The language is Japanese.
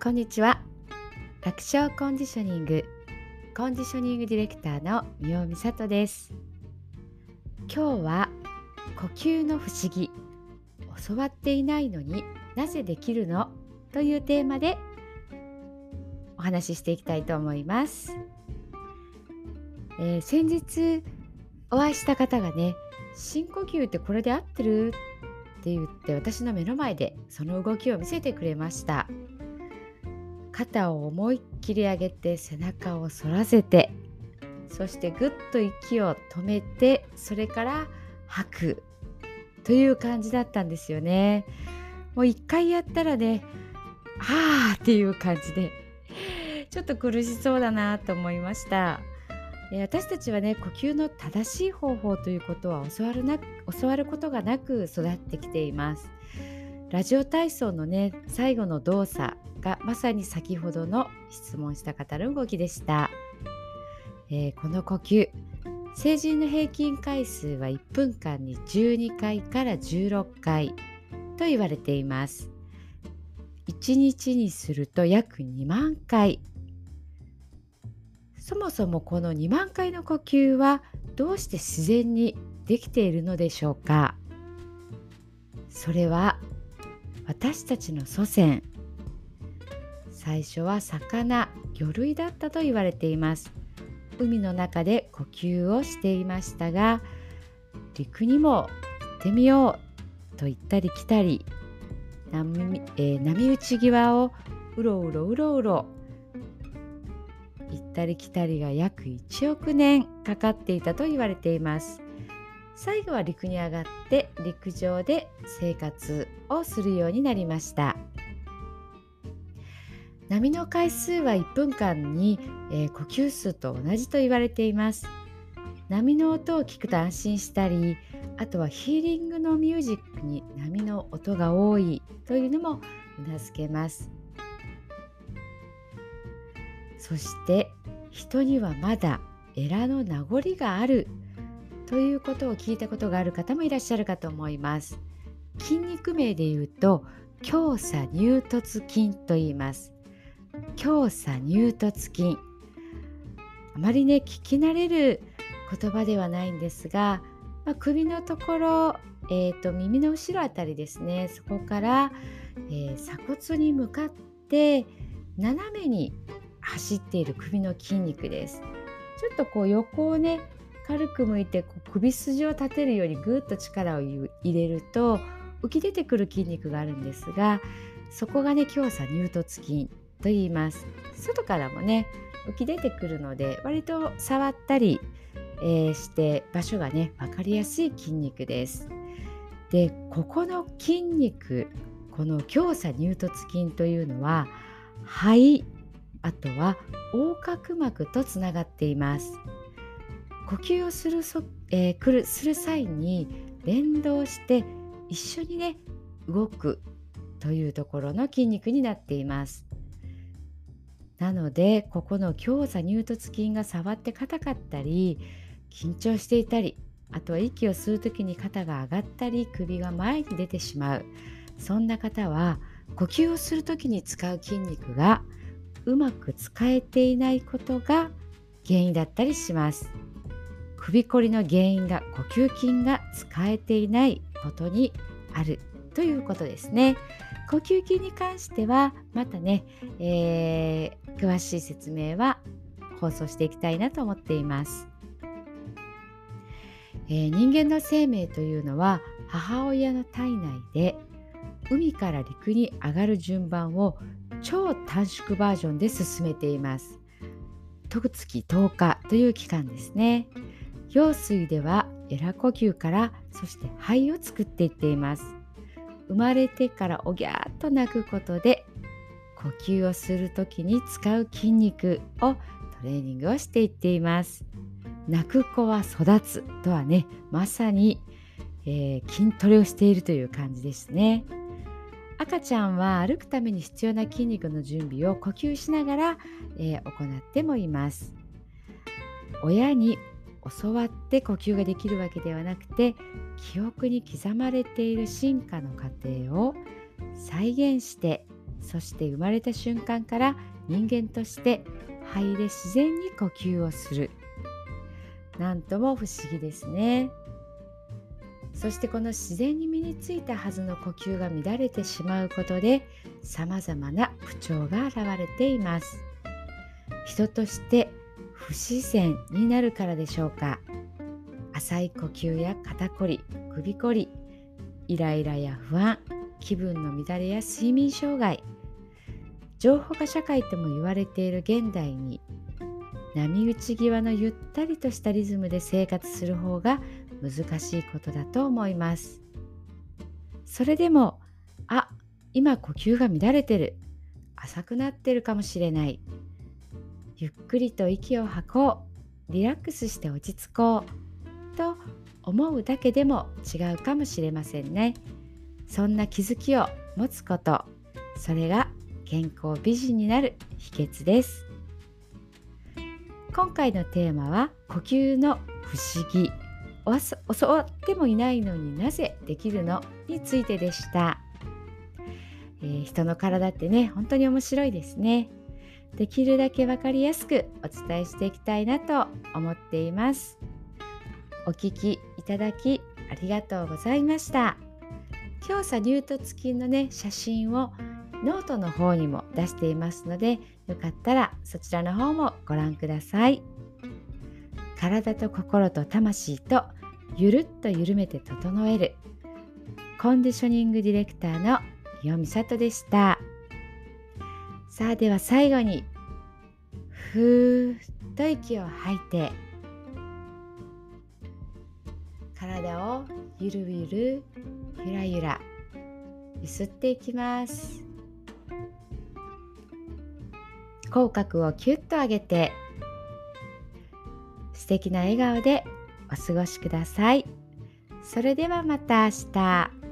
こんにちは。楽勝コンディショニングディレクターの三尾美里です。今日は呼吸の不思議、教わっていないのになぜできるのというテーマでお話ししていきたいと思います。先日お会いした方がね、深呼吸ってこれで合ってるって言って私の目の前でその動きを見せてくれました。肩を思いっきり上げて背中を反らせて、そしてぐっと息を止めて、それから吐くという感じだったんですよね。もう一回やったらね、はーっていう感じでちょっと苦しそうだなと思いました。私たちはね、呼吸の正しい方法ということは教わることがなく育ってきています。ラジオ体操のね、最後の動作がまさに先ほどの質問した方の動きでした。この呼吸、成人の平均回数は1分間に12回から16回と言われています。1日にすると約2万回。そもそもこの2万回の呼吸はどうして自然にできているのでしょうか。それは私たちの祖先、最初は魚、魚類だったと言われています。海の中で呼吸をしていましたが、陸にも行ってみようと言ったり来たり、波打ち際をうろうろ行ったり来たりが約1億年かかっていたと言われています。最後は陸に上がって陸上で生活をするようになりました。波の回数は1分間に、呼吸数と同じと言われています。波の音を聞くと安心したり、あとはヒーリングのミュージックに波の音が多いというのもうなずけます。そして人にはまだエラの名残があるということを聞いたことがある方もいらっしゃるかと思います。筋肉名で言うと胸鎖乳突筋と言います。胸鎖乳突筋、あまりね聞き慣れる言葉ではないんですが、首のところ、耳の後ろあたりですね、そこから、鎖骨に向かって斜めに走っている首の筋肉です。ちょっとこう横をね軽く向いて首筋を立てるようにぐっと力を入れると浮き出てくる筋肉があるんですが、そこがね胸鎖乳突筋と言います。外からもね浮き出てくるので割と触ったり、して場所がね分かりやすい筋肉です。で、ここの筋肉、この胸鎖乳突筋というのは肺、あとは横隔膜とつながっています。呼吸をする際に連動して一緒にね動くというところの筋肉になっています。なのでここの胸鎖乳突筋が触って硬かったり緊張していたり、あとは息を吸う時に肩が上がったり首が前に出てしまう、そんな方は呼吸をする時に使う筋肉がうまく使えていないことが原因だったりします。首こりの原因が呼吸筋が使えていないことにあるということですね。呼吸筋に関してはまたね、詳しい説明は放送していきたいなと思っています。人間の生命というのは母親の体内で海から陸に上がる順番を超短縮バージョンで進めています。十月10日という期間ですね。羊水ではエラ呼吸からそして肺を作っていっています。生まれてからおぎゃーっと鳴くことで呼吸をするときに使う筋肉をトレーニングをしていっています。泣く子は育つとはね、まさに、筋トレをしているという感じですね。赤ちゃんは歩くために必要な筋肉の準備を呼吸しながら、行ってもいます。親に教わって呼吸ができるわけではなくて、記憶に刻まれている進化の過程を再現してそして生まれた瞬間から人間として肺で自然に呼吸をする。なんとも不思議ですね。そしてこの自然に身についたはずの呼吸が乱れてしまうことで、さまざまな不調が現れています。人として不自然になるからでしょうか。浅い呼吸や肩こり、首こり、イライラや不安、気分の乱れや睡眠障害、情報化社会とも言われている現代に、波打ち際のゆったりとしたリズムで生活する方が難しいことだと思います。それでも、今呼吸が乱れてる、浅くなってるかもしれない、ゆっくりと息を吐こう、リラックスして落ち着こうと思うだけでも違うかもしれませんね。そんな気づきを持つこと、それが健康美人になる秘訣です。今回のテーマは呼吸の不思議、教わってもいないのになぜできるのについてでした。人の体ってね、本当に面白いですね。できるだけわかりやすくお伝えしていきたいなと思っています。お聞きいただきありがとうございました。強鎖乳突筋のね、写真をノートの方にも出していますので、よかったらそちらの方もご覧ください。体と心と魂とゆるっと緩めて整えるコンディショニングディレクターの伊予美里でした。さあ、では最後にふーっと息を吐いて、体をゆるゆるゆらゆらゆすっていきます。口角をキュッと上げて、素敵な笑顔でお過ごしください。それではまた明日。